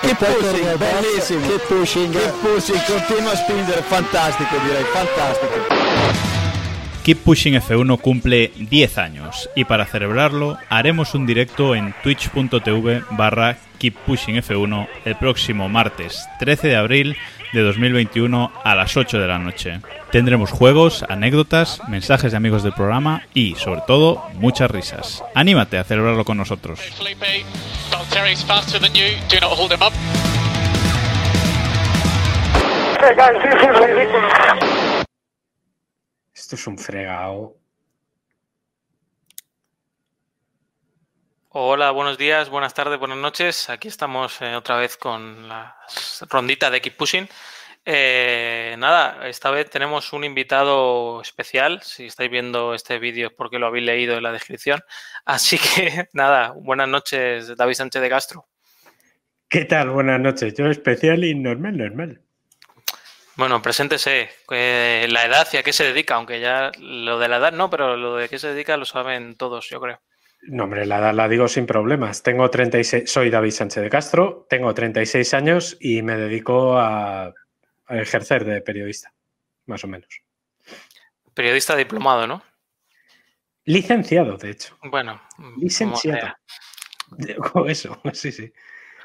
Che pushing, bellissimo. Che pushing, continua a spingere, fantastico direi, fantastico. Keep Pushing F1 cumple 10 años y para celebrarlo haremos un directo en twitch.tv/KeepPushingF1 el próximo martes 13 de abril de 2021 a las 8 de la noche. Tendremos juegos, anécdotas, mensajes de amigos del programa y, sobre todo, muchas risas. ¡Anímate a celebrarlo con nosotros! Esto es un fregado. Hola, buenos días, buenas tardes, buenas noches. Aquí estamos otra vez con la rondita de Keep Pushing. Nada, esta vez tenemos un invitado especial. Si estáis viendo este vídeo es porque lo habéis leído en la descripción. Así que nada, buenas noches, David Sánchez de Castro. ¿Qué tal? Buenas noches. Yo especial y normal. Bueno, preséntese, la edad y a qué se dedica, aunque ya lo de la edad no, pero lo de qué se dedica lo saben todos, yo creo. No, hombre, la edad la digo sin problemas. Tengo 36, soy David Sánchez de Castro, tengo 36 años y me dedico a ejercer de periodista, más o menos. Periodista diplomado, ¿no? Licenciado, de hecho. Bueno, licenciado. Eso, sí.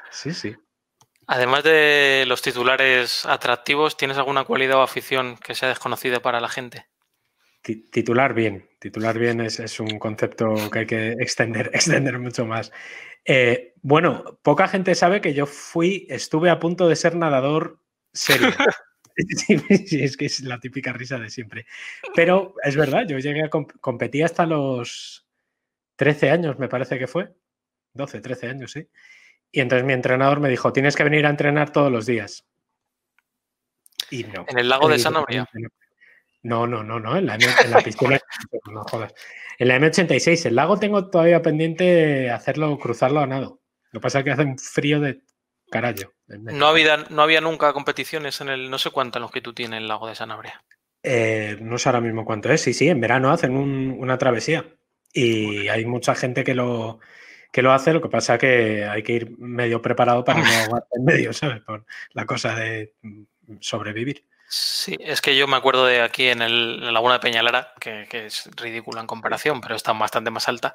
Además de los titulares atractivos, ¿tienes alguna cualidad o afición que sea desconocida para la gente? Titular bien es un concepto que hay que extender mucho más. Bueno, poca gente sabe que yo estuve a punto de ser nadador serio. Sí, es que es la típica risa de siempre. Pero es verdad, yo llegué a competir hasta los 13 años, me parece que fue. 12, 13 años, sí. Y entonces mi entrenador me dijo, tienes que venir a entrenar todos los días. Y no. ¿En el lago de Sanabria? No, en la piscina. No jodas. En la M86, el lago tengo todavía pendiente cruzarlo a nado. Lo que pasa es que hace un frío de carajo. No había nunca competiciones en el, no sé cuánta longitud tiene el lago de Sanabria. No sé ahora mismo cuánto es. Sí, en verano hacen una travesía. Y hay mucha gente que lo hace, lo que pasa es que hay que ir medio preparado para no aguantar en medio, ¿sabes? Por la cosa de sobrevivir. Sí, es que yo me acuerdo de aquí en la Laguna de Peñalara, que es ridícula en comparación, pero está bastante más alta.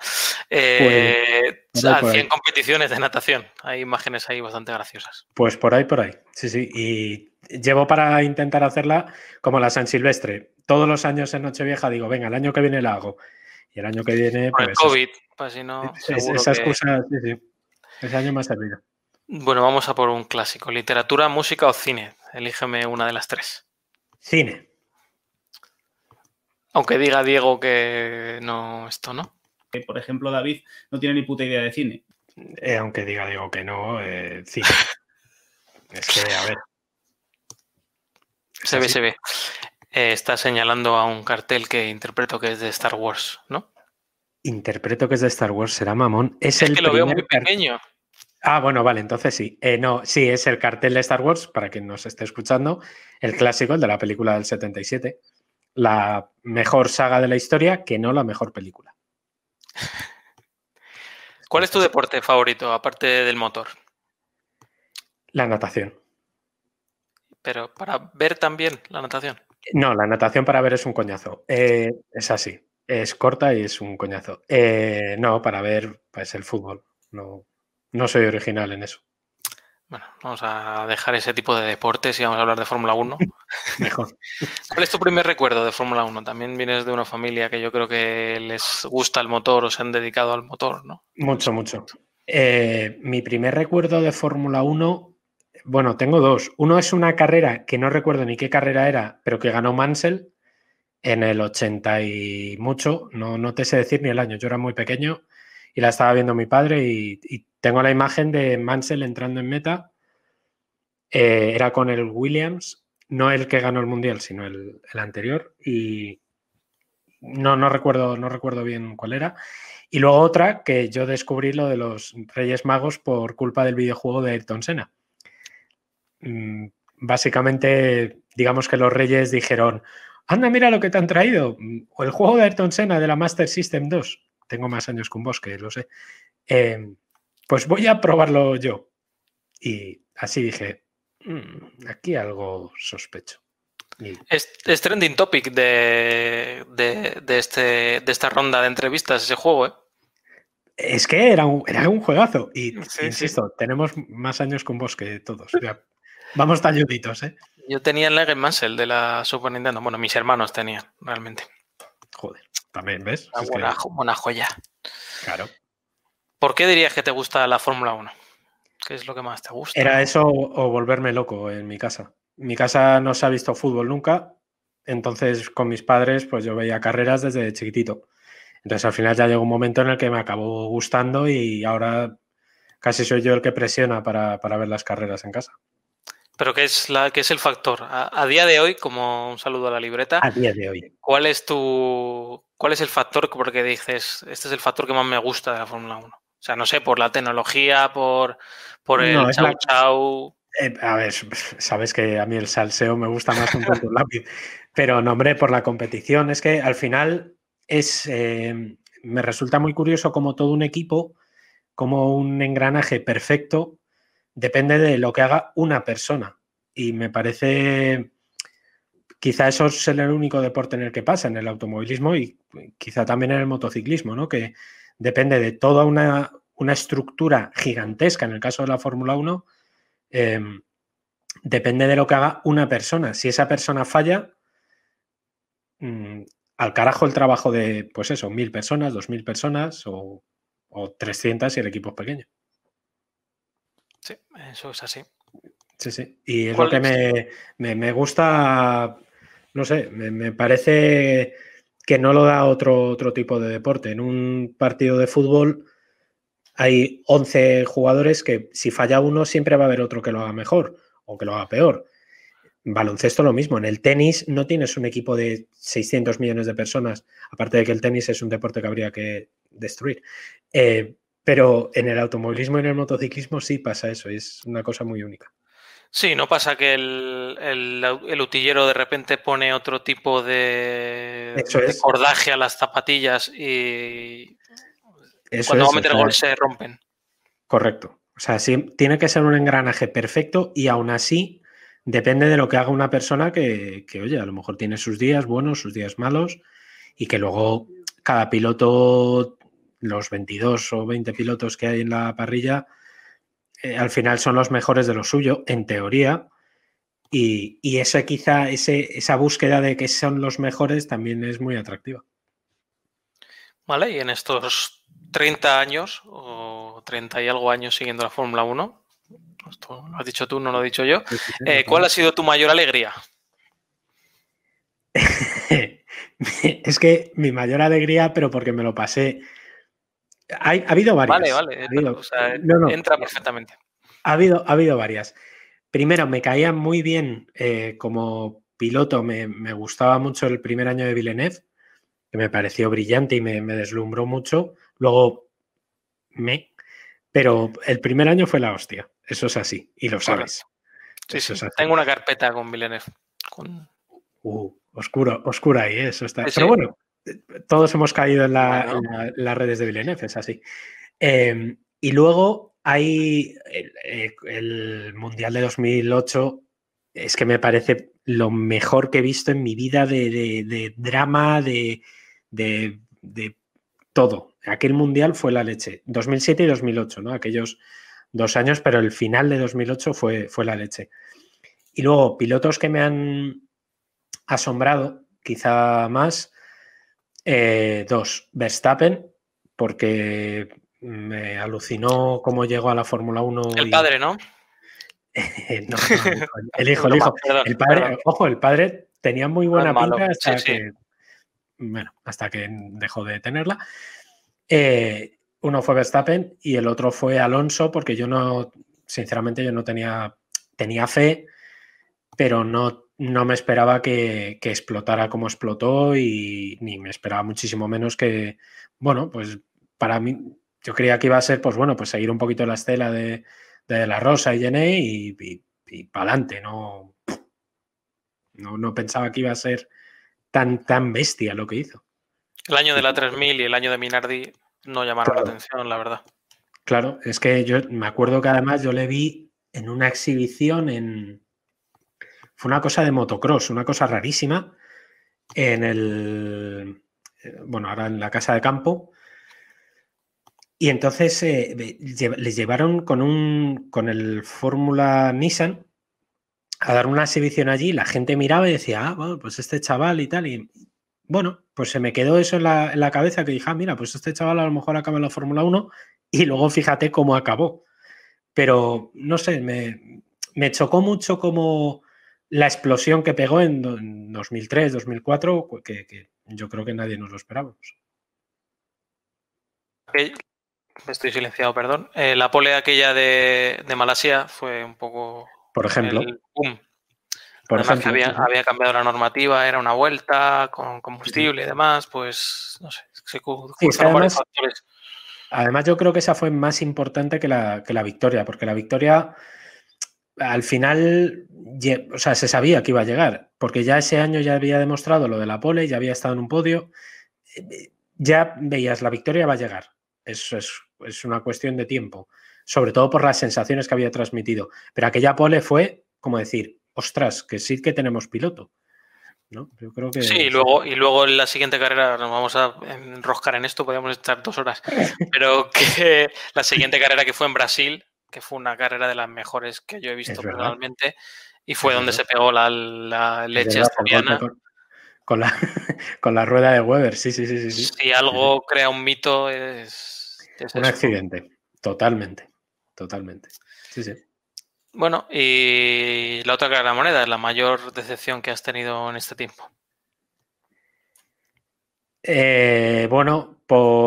Hacían competiciones de natación. Hay imágenes ahí bastante graciosas. Pues por ahí. Sí. Y llevo para intentar hacerla como la San Silvestre. Todos los años en Nochevieja digo, venga, el año que viene la hago. Y el año que viene... Por el COVID, pues si no... Esa excusa, sí. Ese año me ha servido. Bueno, vamos a por un clásico. ¿Literatura, música o cine? Elígeme una de las tres. Cine. Aunque diga Diego que no, esto no. Por ejemplo, David no tiene ni puta idea de cine. Aunque diga Diego que no, cine. Es que, a ver. Se ve. Está señalando a un cartel que interpreto que es de Star Wars, ¿no? Interpreto que es de Star Wars, será mamón. Es que lo veo muy pequeño. Ah, bueno, vale, entonces sí. No, sí, es el cartel de Star Wars, para quien nos esté escuchando, el clásico, el de la película del 77. La mejor saga de la historia, que no la mejor película. ¿Cuál es tu deporte favorito, aparte del motor? La natación. Pero para ver también la natación. No, la natación para ver es un coñazo. Es así. Es corta y es un coñazo. No, para ver pues el fútbol. No soy original en eso. Bueno, vamos a dejar ese tipo de deportes y vamos a hablar de Fórmula 1. Mejor. ¿Cuál es tu primer recuerdo de Fórmula 1? También vienes de una familia que yo creo que les gusta el motor o se han dedicado al motor, ¿no? Mucho. Mi primer recuerdo de Fórmula 1, bueno, tengo dos. Uno es una carrera que no recuerdo ni qué carrera era, pero que ganó Mansell en el 80 y mucho. No te sé decir ni el año, yo era muy pequeño y la estaba viendo mi padre y tengo la imagen de Mansell entrando en meta. Era con el Williams, no el que ganó el Mundial, sino el anterior. Y no recuerdo bien cuál era. Y luego otra que yo descubrí lo de los Reyes Magos por culpa del videojuego de Ayrton Senna. Básicamente, digamos que los Reyes dijeron, anda, mira lo que te han traído. O el juego de Ayrton Senna de la Master System 2. Tengo más años que un bosque, lo sé. Pues voy a probarlo yo. Y así dije, aquí algo sospecho. Y Es trending topic de esta ronda de entrevistas ese juego, ¿eh? es que era un juegazo. Y Sí, insisto, tenemos más años con vos que todos. O sea, vamos talluditos, ¿eh? Yo tenía el Legend Mantle de la Super Nintendo. Bueno, mis hermanos tenían, realmente. Joder, también, ¿ves? Una buena joya. Claro. ¿Por qué dirías que te gusta la Fórmula 1? ¿Qué es lo que más te gusta? Era eso o volverme loco en mi casa. En mi casa no se ha visto fútbol nunca, entonces con mis padres pues yo veía carreras desde chiquitito. Entonces al final ya llegó un momento en el que me acabó gustando y ahora casi soy yo el que presiona para ver las carreras en casa. ¿Pero qué es el factor? A día de hoy, como un saludo a la libreta, A día de hoy. ¿cuál es el factor porque dices, este es el factor que más me gusta de la Fórmula 1? O sea, no sé, por la tecnología, por el chau. A ver, sabes que a mí el salseo me gusta más un poco lápiz, pero no, hombre, por la competición. Es que al final me resulta muy curioso como todo un equipo, como un engranaje perfecto, depende de lo que haga una persona. Y me parece, quizá eso es el único deporte en el que pasa, en el automovilismo y quizá también en el motociclismo, ¿no? Que depende de toda una estructura gigantesca, en el caso de la Fórmula 1, depende de lo que haga una persona. Si esa persona falla, al carajo el trabajo de, pues eso, 1.000 personas, 2.000 personas o 300 si el equipo es pequeño. Sí, eso es así. Sí, sí. Y es lo que me gusta, no sé, me parece que no lo da otro tipo de deporte. En un partido de fútbol hay 11 jugadores que si falla uno siempre va a haber otro que lo haga mejor o que lo haga peor. En baloncesto lo mismo. En el tenis no tienes un equipo de 600 millones de personas, aparte de que el tenis es un deporte que habría que destruir. Pero en el automovilismo y en el motociclismo sí pasa eso, es una cosa muy única. Sí, no pasa que el utillero de repente pone otro tipo de cordaje a las zapatillas y cuando va a meter el gol se rompen. Correcto. O sea, sí, tiene que ser un engranaje perfecto y aún así depende de lo que haga una persona que, oye, a lo mejor tiene sus días buenos, sus días malos y que luego cada piloto, los 22 o 20 pilotos que hay en la parrilla, al final son los mejores de lo suyo, en teoría, y esa quizá, esa búsqueda de que son los mejores también es muy atractiva. Vale, y en estos 30 años o 30 y algo años siguiendo la Fórmula 1, esto lo has dicho tú, no lo he dicho yo, ¿cuál ha sido tu mayor alegría? Es que mi mayor alegría, pero porque me lo pasé. Ha habido varias. Vale. Entra perfectamente. Ha habido varias. Primero, me caía muy bien como piloto. Me gustaba mucho el primer año de Villeneuve, que me pareció brillante y me deslumbró mucho. Luego, pero el primer año fue la hostia. Eso es así. Y lo sabes. Sí. Tengo una carpeta con Villeneuve. Oscura ahí, eso está. Pero bueno, todos hemos caído en las redes de Villeneuve, es así. Y luego hay el Mundial de 2008, es que me parece lo mejor que he visto en mi vida de drama, de todo. Aquel Mundial fue la leche. 2007 y 2008, ¿no? Aquellos 2 años, pero el final de 2008 fue la leche. Y luego, pilotos que me han asombrado, quizá más, 2. Verstappen, porque me alucinó cómo llegó a la Fórmula 1. El padre, ¿no? No, el hijo. El padre, ojo, el padre tenía muy buena pinta hasta que dejó de tenerla. Uno fue Verstappen y el otro fue Alonso, porque sinceramente yo no tenía fe, pero no me esperaba que explotara como explotó y ni me esperaba muchísimo menos que, bueno, pues para mí, yo creía que iba a ser, pues bueno, pues seguir un poquito la estela de La Rosa y Gené y para adelante, no pensaba que iba a ser tan bestia lo que hizo. El año de la 3000 y el año de Minardi no llamaron la atención, la verdad. Claro, es que yo me acuerdo que además yo le vi en una exhibición Fue una cosa de motocross, una cosa rarísima, ahora en la casa de campo. Y entonces les llevaron con el Fórmula Nissan a dar una exhibición allí. La gente miraba y decía, bueno, pues este chaval y tal. Y bueno, pues se me quedó eso en la cabeza, que dije, mira, pues este chaval a lo mejor acaba en la Fórmula 1 y luego fíjate cómo acabó. Pero no sé, me chocó mucho como la explosión que pegó en 2003, 2004, que yo creo que nadie nos lo esperábamos. Estoy silenciado, perdón. La pole aquella de Malasia fue un poco... Por ejemplo. El boom. Además que había cambiado la normativa, era una vuelta con combustible y demás, pues no sé, se cruzaron varios factores. Además, yo creo que esa fue más importante que la victoria, porque la victoria al final, o sea, se sabía que iba a llegar, porque ya ese año ya había demostrado lo de la pole, ya había estado en un podio, ya veías, la victoria va a llegar. Eso es una cuestión de tiempo, sobre todo por las sensaciones que había transmitido. Pero aquella pole fue como decir, ostras, que sí que tenemos piloto, ¿no? Yo creo que... Sí, y luego en la siguiente carrera, nos vamos a enroscar en esto, podríamos estar 2 horas, pero que la siguiente carrera que fue en Brasil, que fue una carrera de las mejores que yo he visto personalmente, y fue donde se pegó la leche asturiana. Con la rueda de Weber, sí. Si algo crea un mito es un accidente, totalmente. Sí. Bueno, y la otra cara de la moneda, la mayor decepción que has tenido en este tiempo. Bueno,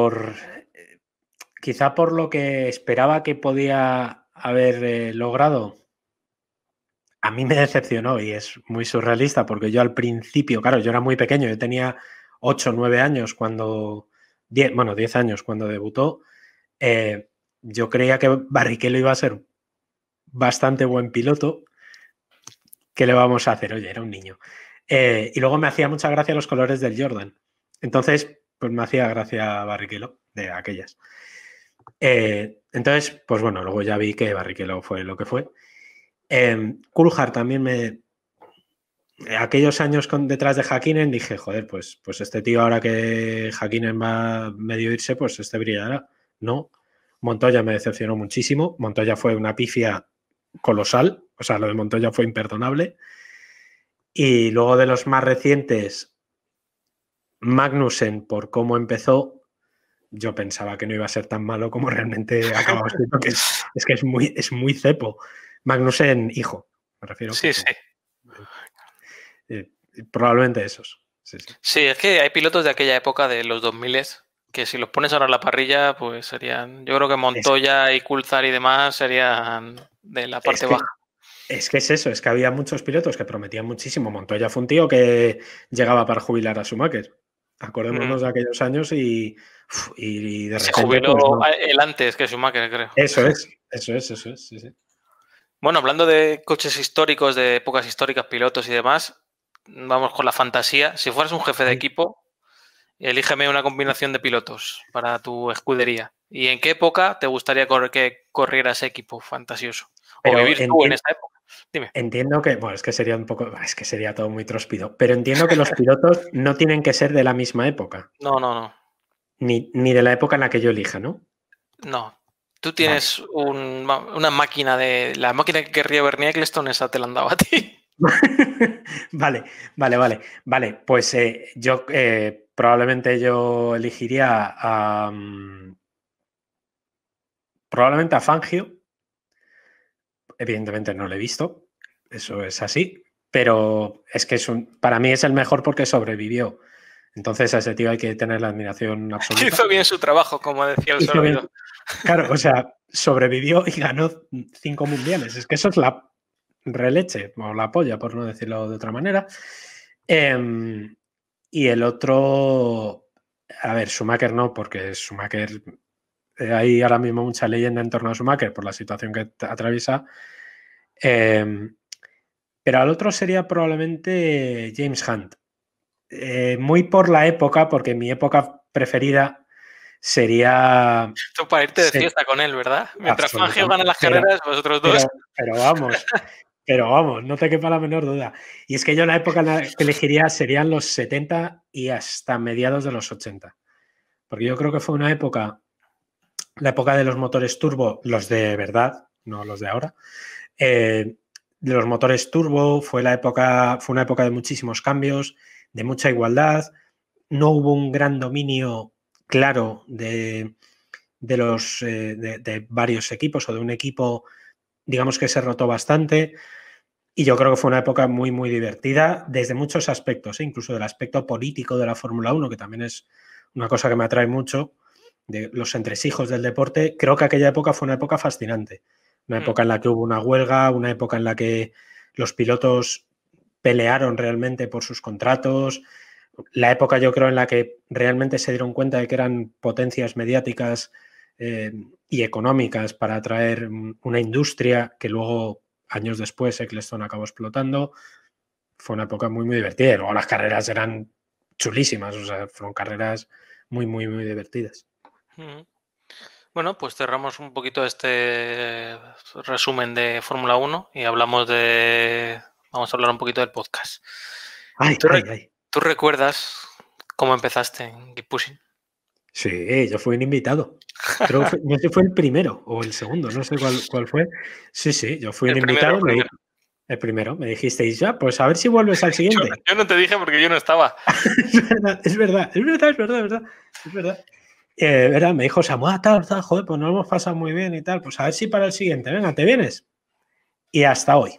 quizá por lo que esperaba que podía haber logrado, a mí me decepcionó y es muy surrealista porque yo al principio, claro, yo era muy pequeño, yo tenía 8 o 9 años 10 años cuando debutó. Yo creía que Barrichello iba a ser bastante buen piloto. ¿Qué le vamos a hacer? Oye, era un niño. Y luego me hacía mucha gracia los colores del Jordan. Entonces, pues me hacía gracia Barrichello de aquellas. Entonces, pues bueno, luego ya vi que Barrichello fue lo que fue. Coulthard también aquellos años detrás de Häkkinen dije, joder, pues este tío ahora que Häkkinen va a medio irse, pues este brillará. No, Montoya me decepcionó muchísimo. Montoya fue una pifia colosal, o sea, lo de Montoya fue imperdonable. Y luego de los más recientes, Magnussen, por cómo empezó, yo pensaba que no iba a ser tan malo como realmente acabó siendo, que es muy cepo. Magnussen, hijo, me refiero. Sí. Probablemente esos. Sí, es que hay pilotos de aquella época, de los 2000, que si los pones ahora en la parrilla, pues serían... Yo creo que Montoya y Coulthard y demás serían de la parte baja. Es que es eso, es que había muchos pilotos que prometían muchísimo. Montoya fue un tío que llegaba para jubilar a Schumacher. Acordémonos de aquellos años y de repente... Se jubiló pues, no. Él antes que Schumacher, creo. Eso es, sí. Bueno, hablando de coches históricos, de épocas históricas, pilotos y demás, vamos con la fantasía. Si fueras un jefe de equipo, elígeme una combinación de pilotos para tu escudería. ¿Y en qué época te gustaría que corriera ese equipo fantasioso? O vivir tú en esta época. Dime. Entiendo que, bueno, es que sería todo muy tróspido, pero entiendo que los pilotos no tienen que ser de la misma época. No. Ni de la época en la que yo elija, ¿no? No. Tú tienes una máquina la máquina que querría Bernie Ecclestone, esa te la han dado a ti. Vale. Pues yo probablemente yo elegiría probablemente a Fangio. Evidentemente no lo he visto, eso es así, pero es que para mí es el mejor porque sobrevivió. Entonces a ese tío hay que tener la admiración absoluta. Hizo bien su trabajo, como decía el sonido. Claro, o sea, sobrevivió y ganó 5 mundiales. Es que eso es la releche, o la polla, por no decirlo de otra manera. Y el otro, a ver, Schumacher no, porque Schumacher... hay ahora mismo mucha leyenda en torno a Schumacher por la situación que atraviesa. Pero al otro sería probablemente James Hunt. Muy por la época, porque mi época preferida sería... Esto para irte de fiesta con él, ¿verdad? Mientras Fangio gana las carreras, vosotros dos... Pero vamos, no te quepa la menor duda. Y es que yo la época en la que elegiría serían los 70 y hasta mediados de los 80. Porque yo creo que fue una época, la época de los motores turbo, los de verdad, no los de ahora, de los motores turbo, fue una época de muchísimos cambios, de mucha igualdad. No hubo un gran dominio claro de varios equipos o de un equipo, digamos que se rotó bastante. Y yo creo que fue una época muy, muy divertida desde muchos aspectos, incluso del aspecto político de la Fórmula 1, que también es una cosa que me atrae mucho, de los entresijos del deporte. Creo que aquella época fue una época fascinante. Una época en la que hubo una huelga, una época en la que los pilotos pelearon realmente por sus contratos. La época, yo creo, en la que realmente se dieron cuenta de que eran potencias mediáticas y económicas para atraer una industria que luego, años después, Ecclestone acabó explotando. Fue una época muy, muy divertida. Y luego las carreras eran chulísimas, o sea, fueron carreras muy, muy, muy divertidas. Bueno, pues cerramos un poquito este resumen de Fórmula 1 y vamos a hablar un poquito del podcast. ¿Tú recuerdas cómo empezaste en Keep Pushing? Sí, yo fui un invitado. Creo que no sé si fue el primero o el segundo, no sé cuál fue. Sí, yo fui un invitado. El primero, me dijisteis ya, pues a ver si vuelves al siguiente. Yo no te dije porque yo no estaba. Es verdad. Me dijo Samuel, tal, joder, pues nos hemos pasado muy bien y tal. Pues a ver si para el siguiente, venga, ¿te vienes? Y hasta hoy.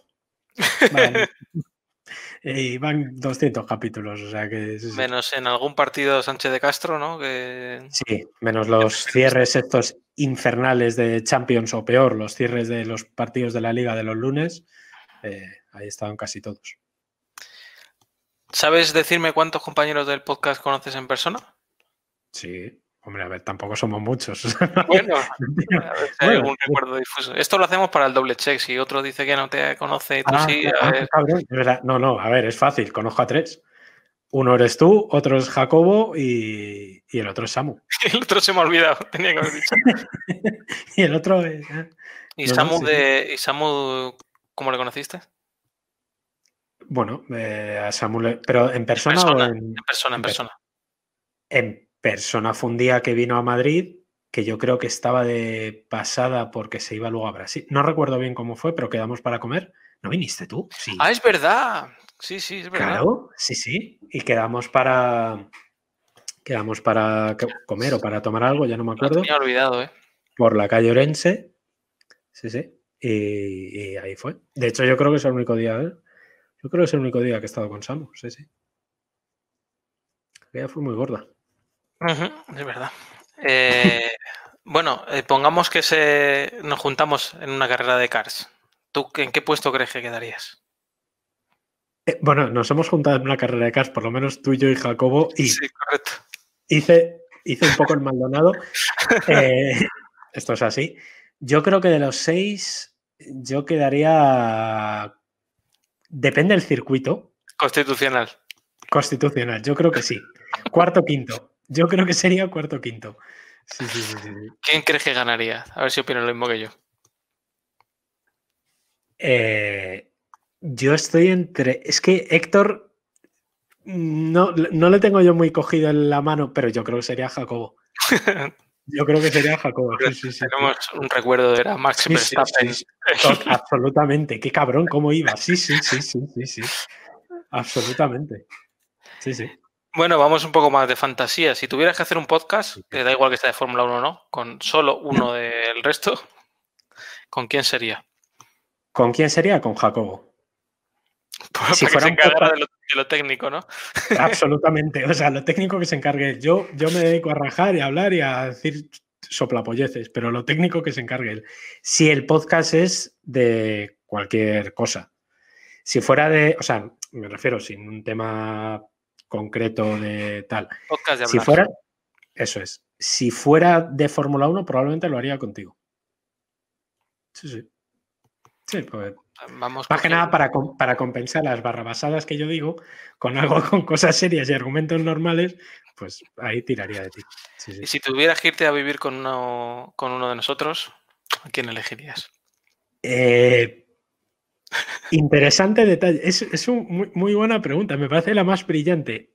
Y van 200 capítulos, o sea que... Sí. Menos en algún partido Sánchez de Castro, ¿no? Sí, menos los cierres estos infernales de Champions o peor, los cierres de los partidos de la Liga de los lunes. Ahí estaban casi todos. ¿Sabes decirme cuántos compañeros del podcast conoces en persona? Sí, hombre, a ver, tampoco somos muchos. Bueno, a ver si hay algún recuerdo difuso. Esto lo hacemos para el doble check. Si otro dice que no te conoce y tú sí, a ver. Cabrón, es verdad. No, a ver, es fácil, conozco a 3. Uno eres tú, otro es Jacobo y el otro es Samu. El otro se me ha olvidado, tenía que haber dicho. Y el otro es... ¿Y Samu, cómo le conociste? Bueno, a Samu, pero ¿en persona o en...? En persona. En persona fue un día que vino a Madrid, que yo creo que estaba de pasada porque se iba luego a Brasil. No recuerdo bien cómo fue, pero quedamos para comer. ¿No viniste tú? Sí. Ah, es verdad. Sí, es verdad. Claro, sí. Y quedamos para comer o para tomar algo, ya no me acuerdo. Lo tenía olvidado, Por la calle Orense. Sí. Y ahí fue. De hecho, yo creo que es el único día, Yo creo que es el único día que he estado con Samu, sí. Ella fue muy gorda. Es verdad. Bueno, pongamos que nos juntamos en una carrera de karts. ¿Tú en qué puesto crees que quedarías? Bueno, nos hemos juntado en una carrera de karts, por lo menos tú, yo y Jacobo. Y sí, correcto. Hice un poco el Maldonado. Esto es así. Yo creo que de los 6, yo quedaría... Depende del circuito. Constitucional, yo creo que sí. Cuarto, quinto. Yo creo que sería cuarto, quinto. Sí. ¿Quién crees que ganaría? A ver si opinas lo mismo que yo. Yo estoy entre... Es que Héctor no le tengo yo muy cogido en la mano, pero yo creo que sería Jacobo. Yo creo que sería Jacobo. Sí. Tenemos un recuerdo de Max Verstappen. Sí. Absolutamente. Qué cabrón, cómo iba. Sí. Absolutamente. Sí. Bueno, vamos un poco más de fantasía. Si tuvieras que hacer un podcast, que da igual que sea de Fórmula 1 o no, con solo uno del resto, ¿con quién sería? ¿Con quién sería? Con Jacobo. Pues si fuera que se encargara de lo técnico, ¿no? Absolutamente. O sea, lo técnico que se encargue él. Yo me dedico a rajar y a hablar y a decir soplapolleces, pero lo técnico que se encargue él. Si el podcast es de cualquier cosa. Si fuera de... O sea, me refiero sin un tema concreto de tal. Podcast de hablar. Si fuera... Eso es. Si fuera de Fórmula 1, probablemente lo haría contigo. Sí. Sí, pues Vamos Más que nada para compensar las barrabasadas que yo digo, con algo con cosas serias y argumentos normales, pues ahí tiraría de ti. Sí, sí. Y si tuvieras que irte a vivir con uno de nosotros, ¿a quién elegirías? Interesante detalle. Es muy, muy buena pregunta. Me parece la más brillante.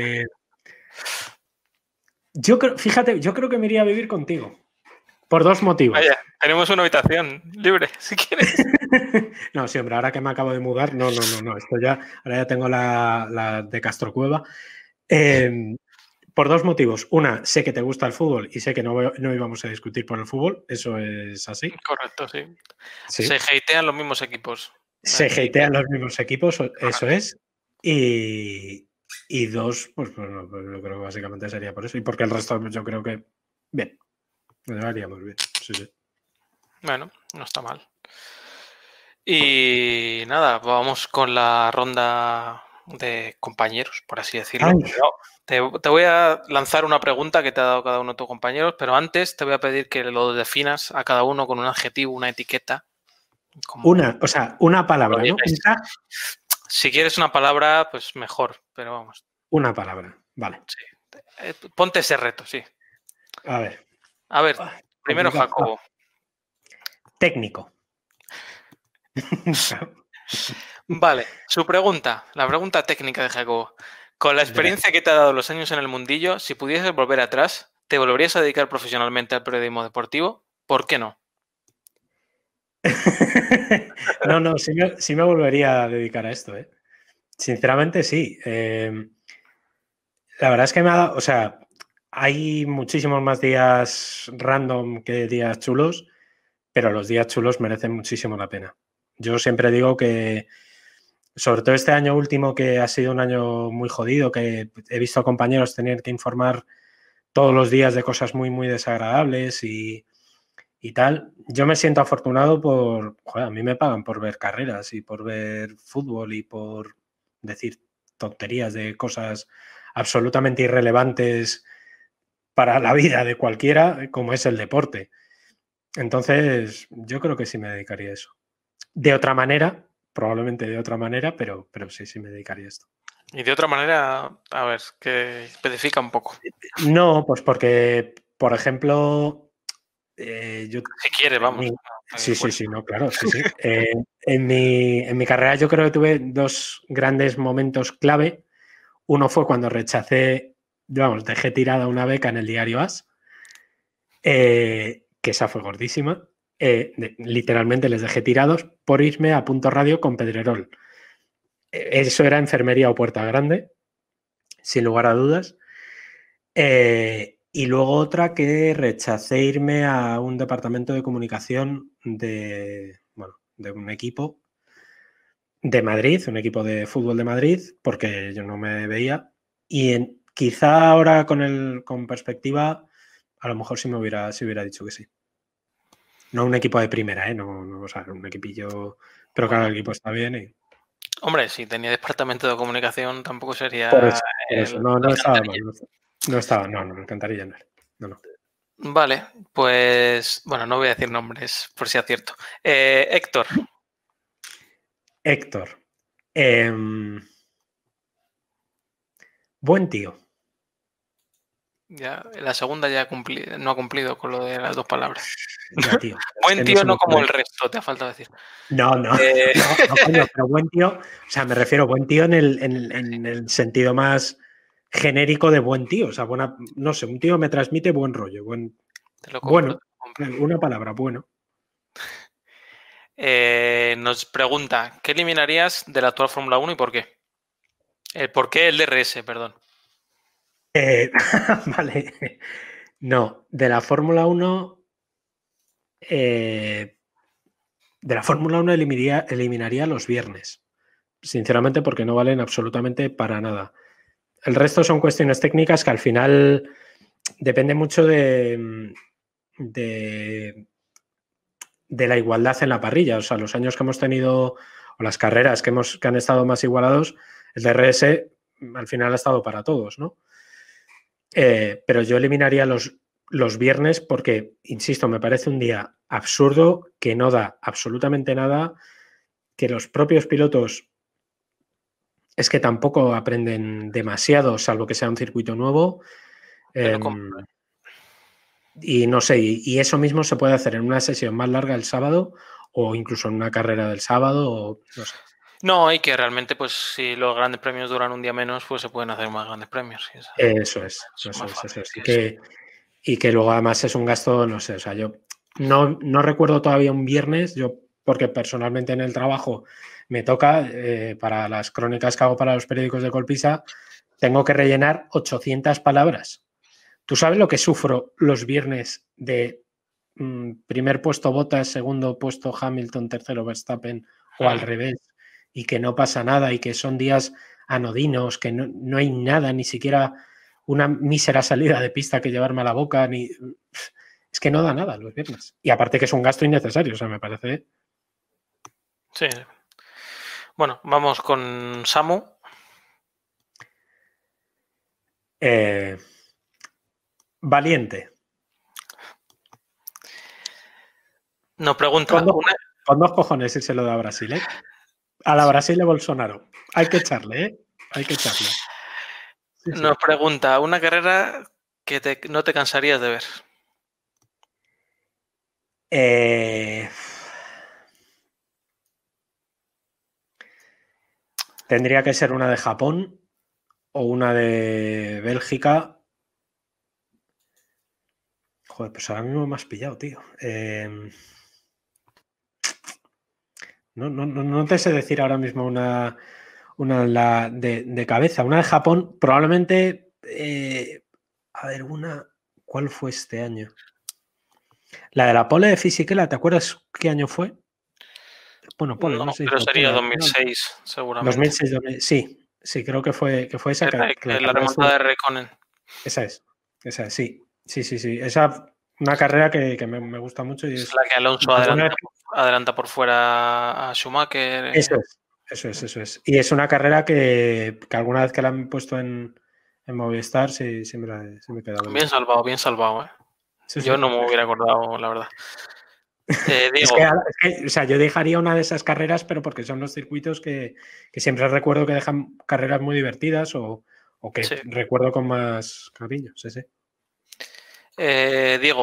Fíjate, yo creo que me iría a vivir contigo. Por 2 motivos. Vaya, tenemos una habitación libre, si quieres. No, sí, hombre, ahora que me acabo de mudar, no. Esto ya, ahora ya tengo la de Castro Cueva. Por 2 motivos. Una, sé que te gusta el fútbol y sé que no íbamos a discutir por el fútbol. Eso es así. Correcto, sí. Sí. Se hatean los mismos equipos. Se hatean los mismos equipos, eso es. Y 2, pues no, pues yo creo que básicamente sería por eso. Y porque el resto, pues yo creo que bien. Lo llevaríamos bien. Sí. Bueno, no está mal. Y nada, vamos con la ronda de compañeros, por así decirlo. Te voy a lanzar una pregunta que te ha dado cada uno de tus compañeros, pero antes te voy a pedir que lo definas a cada uno con un adjetivo, una etiqueta. Una palabra, ¿no? Si quieres una palabra, pues mejor, pero vamos. Una palabra, vale. Sí. Ponte ese reto, sí. A ver, primero Jacobo. Técnico. Vale, la pregunta técnica de Jacobo. Con la experiencia que te ha dado los años en el mundillo, si pudieses volver atrás, ¿te volverías a dedicar profesionalmente al periodismo deportivo? ¿Por qué no? No, sí me volvería a dedicar a esto, ¿eh? Sinceramente sí. La verdad es que me ha dado, o sea, hay muchísimos más días random que días chulos, pero los días chulos merecen muchísimo la pena. Yo siempre digo que, sobre todo este año último, que ha sido un año muy jodido, que he visto a compañeros tener que informar todos los días de cosas muy, muy desagradables y tal. Yo me siento afortunado a mí me pagan por ver carreras y por ver fútbol y por decir tonterías de cosas absolutamente irrelevantes para la vida de cualquiera, como es el deporte. Entonces, yo creo que sí me dedicaría a eso. De otra manera, probablemente de otra manera, pero sí me dedicaría a esto. Y de otra manera, a ver, que especifica un poco. No, pues porque, por ejemplo, si quieres, vamos. Sí, no, claro, sí. En mi carrera yo creo que tuve 2 grandes momentos clave. Uno fue cuando dejé tirada una beca en el diario AS, que esa fue gordísima. Literalmente les dejé tirados por irme a Punto Radio con Pedrerol. Eso era enfermería o Puerta Grande, sin lugar a dudas. Y luego otra que rechacé irme a un departamento de comunicación de un equipo de Madrid, un equipo de fútbol de Madrid, porque yo no me veía. Y quizá ahora con perspectiva, a lo mejor sí hubiera dicho que sí. No un equipo de primera, no, o sea, un equipillo, pero claro, el equipo está bien y... Hombre, si tenía departamento de comunicación tampoco sería... Por eso. No estaba mal. No, me encantaría no. Vale, pues... Bueno, no voy a decir nombres, por si acierto. Héctor. Buen tío. Ya, la segunda ya no ha cumplido con lo de las 2 palabras. Ya, tío. Buen tío no como el resto, te ha faltado decir. No, coño, pero buen tío, o sea, me refiero a buen tío en el sentido más genérico de buen tío. O sea, no sé, un tío me transmite buen rollo. Te lo compro, bueno, una palabra, bueno. Nos pregunta, ¿qué eliminarías de la actual Fórmula 1 y por qué? ¿Por qué el DRS, perdón? Vale. No, de la Fórmula 1... de la Fórmula 1 eliminaría los viernes. Sinceramente, porque no valen absolutamente para nada. El resto son cuestiones técnicas que al final depende mucho de la igualdad en la parrilla. O sea, los años que hemos tenido o las carreras que han estado más igualados, el DRS al final ha estado para todos, ¿no? Pero yo eliminaría los viernes porque, insisto, me parece un día absurdo que no da absolutamente nada, que los propios pilotos es que tampoco aprenden demasiado, salvo que sea un circuito nuevo. Y no sé, y eso mismo se puede hacer en una sesión más larga el sábado o incluso en una carrera del sábado, o no sé. No, y que realmente, pues si los grandes premios duran un día menos, pues se pueden hacer más grandes premios. Eso es. Y que luego además es un gasto, no sé, o sea, yo no recuerdo todavía un viernes, porque personalmente en el trabajo me toca, para las crónicas que hago para los periódicos de Colpisa, tengo que rellenar 800 palabras. ¿Tú sabes lo que sufro los viernes de primer puesto Bottas, segundo puesto Hamilton, tercero Verstappen o al revés? Y que no pasa nada y que son días anodinos, que no hay nada, ni siquiera una mísera salida de pista que llevarme a la boca, es que no da nada los viernes. Y aparte que es un gasto innecesario, o sea, me parece. Sí. Bueno, vamos con Samu. Valiente. Nos pregunta... Con dos cojones si se lo da a Brasil, ¿eh? A la Brasil de Bolsonaro. Hay que echarle, ¿eh? Hay que echarle. Sí. Nos pregunta, una carrera que no te cansarías de ver. Tendría que ser una de Japón o una de Bélgica. Joder, pues ahora mismo me has pillado, tío. No te sé decir ahora mismo una de cabeza. Una de Japón, probablemente. A ver, ¿cuál fue este año? La de la pole de Fisichella, ¿te acuerdas qué año fue? Bueno, pole, no sé. Pero sería 2006, seguramente. 2006, sí, creo que fue esa. La remontada de Räikkönen. Esa es, sí. Esa, una carrera que me gusta mucho. Y es la que Alonso adelanta por fuera a Schumacher. Eso es. Y es una carrera que alguna vez que la han puesto en Movistar, sí me he quedado. Bien salvado, ¿eh? Sí. Yo no me hubiera acordado, la verdad. Digo, o sea, yo dejaría una de esas carreras, pero porque son los circuitos que siempre recuerdo que dejan carreras muy divertidas o que recuerdo con más cariño. Sí. Diego.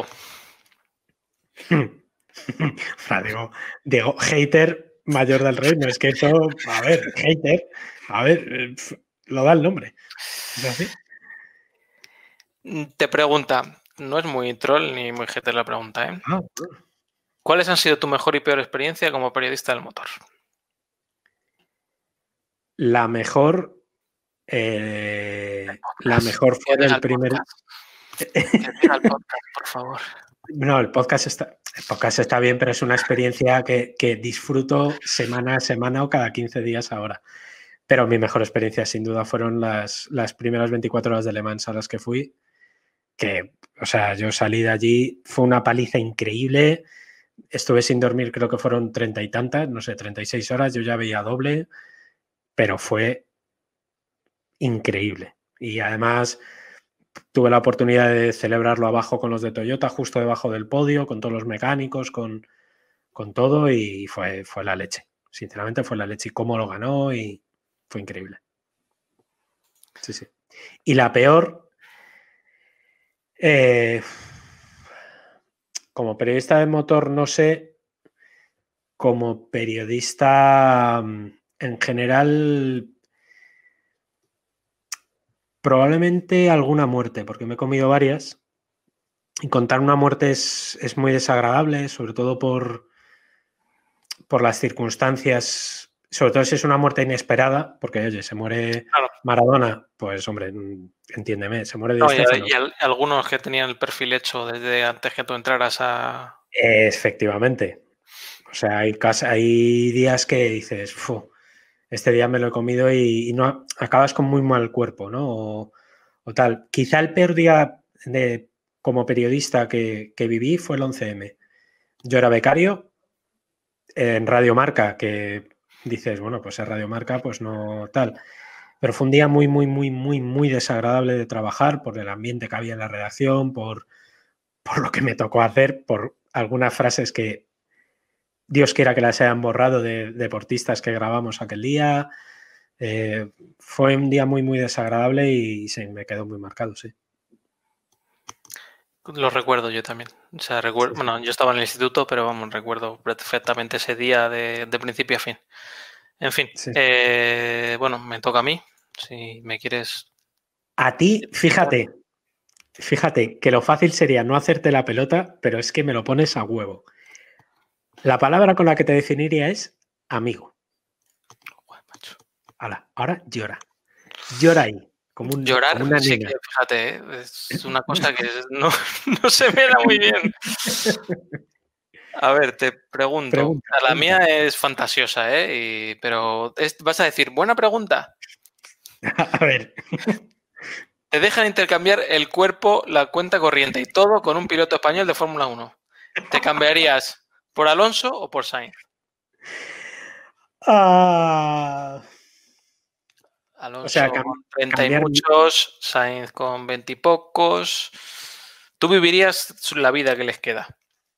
Diego, hater mayor del reino. Es que eso, a ver, hater, lo da el nombre. ¿Es así? Te pregunta, no es muy troll ni muy hater la pregunta, ¿eh? Ah. ¿Cuáles han sido tu mejor y peor experiencia como periodista del motor? La mejor fue del primer... al podcast, por favor. No, el podcast está bien, pero es una experiencia que disfruto semana a semana o cada 15 días ahora. Pero mi mejor experiencia, sin duda, fueron las primeras 24 horas de Le Mans a las que fui. Que, o sea, yo salí de allí, fue una paliza increíble. Estuve sin dormir, creo que fueron 30 y tantas, no sé, 36 horas. Yo ya veía doble, pero fue increíble. Y además tuve la oportunidad de celebrarlo abajo con los de Toyota, justo debajo del podio, con todos los mecánicos, con todo, y fue la leche. Sinceramente fue la leche. Y cómo lo ganó, y fue increíble. Sí. Y la peor, como periodista de motor, no sé, como periodista en general, probablemente alguna muerte, porque me he comido varias. Y contar una muerte es muy desagradable, sobre todo por las circunstancias, sobre todo si es una muerte inesperada, porque, oye, se muere Maradona, pues, hombre, entiéndeme, se muere Di Stéfano. Y algunos que tenían el perfil hecho desde antes que tú entraras a... Efectivamente. O sea, hay días que dices, este día me lo he comido y no acabas con muy mal cuerpo, ¿no? O tal. Quizá el peor día como periodista que viví fue el 11M. Yo era becario en Radio Marca, que dices, bueno, pues es Radio Marca, pues no tal. Pero fue un día muy, muy, muy, muy, muy desagradable de trabajar por el ambiente que había en la redacción, por lo que me tocó hacer, por algunas frases que Dios quiera que las hayan borrado de deportistas que grabamos aquel día. Fue un día muy, muy desagradable y sí, me quedó muy marcado, sí. Lo recuerdo yo también. O sea, recuerdo, Sí, sí. bueno, yo estaba en el instituto, pero vamos, recuerdo perfectamente ese día de principio a fin. En fin, Sí. bueno, me toca a mí. Si me quieres. A ti, fíjate que lo fácil sería no hacerte la pelota, pero es que me lo pones a huevo. La palabra con la que te definiría es amigo. Uy, macho. Hala, ahora llora. Llora ahí, como Llorar, una sí niña. que, fíjate, es una cosa que no, no se me da muy bien. A ver, te pregunto. Pregunta. La mía es fantasiosa, ¿eh? Pero vas a decir, buena pregunta. A ver. Te dejan intercambiar el cuerpo, la cuenta corriente y todo con un piloto español de Fórmula 1. ¿Te cambiarías por Alonso o por Sainz? Alonso O sea, con 30 y cambiar. muchos, Sainz con 20 y pocos. ¿Tú vivirías la vida que les queda?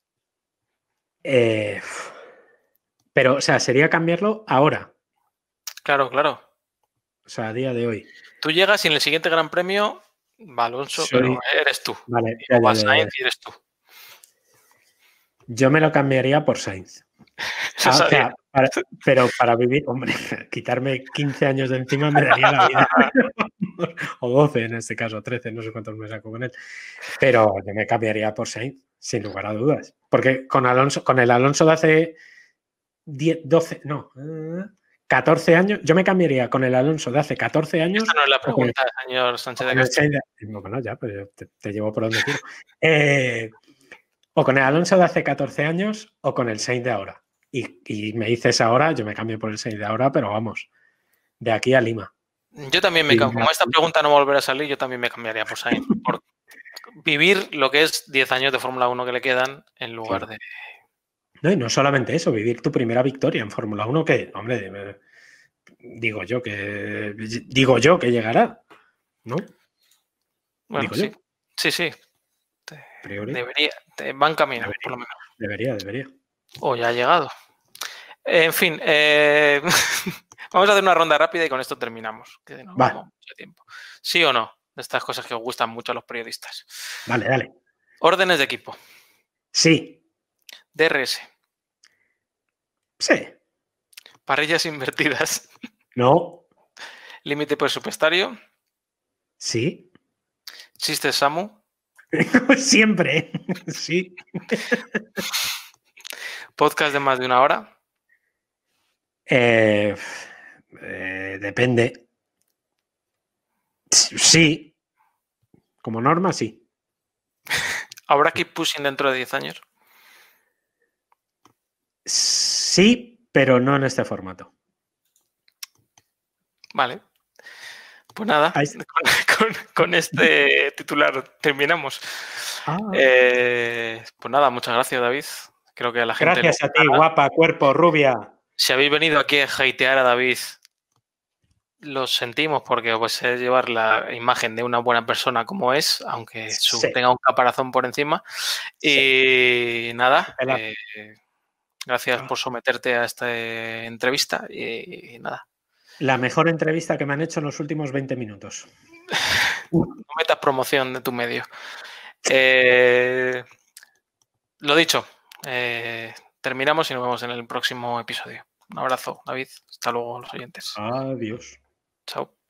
Pero, o sea, sería cambiarlo ahora. Claro, claro. O sea, a día de hoy. Tú llegas y en el siguiente Gran Premio va Alonso, pero eres tú. Vale, O va Sainz y eres tú. Yo me lo cambiaría por Sainz. Eso O sabía. sea, pero para vivir, hombre, quitarme 15 años de encima me daría la vida. O 12 en este caso, 13, no sé cuántos me saco con él. Pero yo me cambiaría por Sainz, sin lugar a dudas. Porque con el Alonso de hace 10, 12, no, 14 años, yo me cambiaría con el Alonso de hace 14 años. Esta no es la pregunta, señor Sánchez de Castilla. Bueno, ya, pues te llevo por donde quiero. O con el Alonso de hace 14 años o con el Sainz de ahora. Y me dices ahora, yo me cambio por el Sainz de ahora, pero vamos, de aquí a Lima. Yo también me cambio. Como esta pregunta no va a volver a salir, yo también me cambiaría por Sainz. Por vivir lo que es 10 años de Fórmula 1 que le quedan en lugar de... No, y no solamente eso, vivir tu primera victoria en Fórmula 1, que, hombre, digo yo que llegará, ¿no? Bueno, digo sí. yo. Sí. Debería. Va en camino, por lo menos. Debería. O ya ha llegado. En fin, vamos a hacer una ronda rápida y con esto terminamos. Que no vamos mucho tiempo. ¿Sí o no? De estas cosas que os gustan mucho a los periodistas. Dale. Órdenes de equipo. Sí. DRS. Sí. Parrillas invertidas. No. Límite presupuestario. Sí. Chistes Samu. Siempre. Sí. Podcast de más de una hora. Depende. Sí. Como norma, sí. ¿Habrá Keep Pushing dentro de 10 años? Sí, pero no en este formato. Vale. Pues nada, con este titular terminamos. Pues nada, muchas gracias, David. Creo que a la gente... Gracias a ti, guapa, cuerpo, rubia. Si habéis venido aquí a hatear a David, lo sentimos porque os vais a llevar la imagen de una buena persona como es, aunque tenga un caparazón por encima. Y nada, gracias por someterte a esta entrevista y nada. La mejor entrevista que me han hecho en los últimos 20 minutos. No metas promoción de tu medio. Lo dicho, terminamos y nos vemos en el próximo episodio. Un abrazo, David. Hasta luego, los oyentes. Adiós. Chao.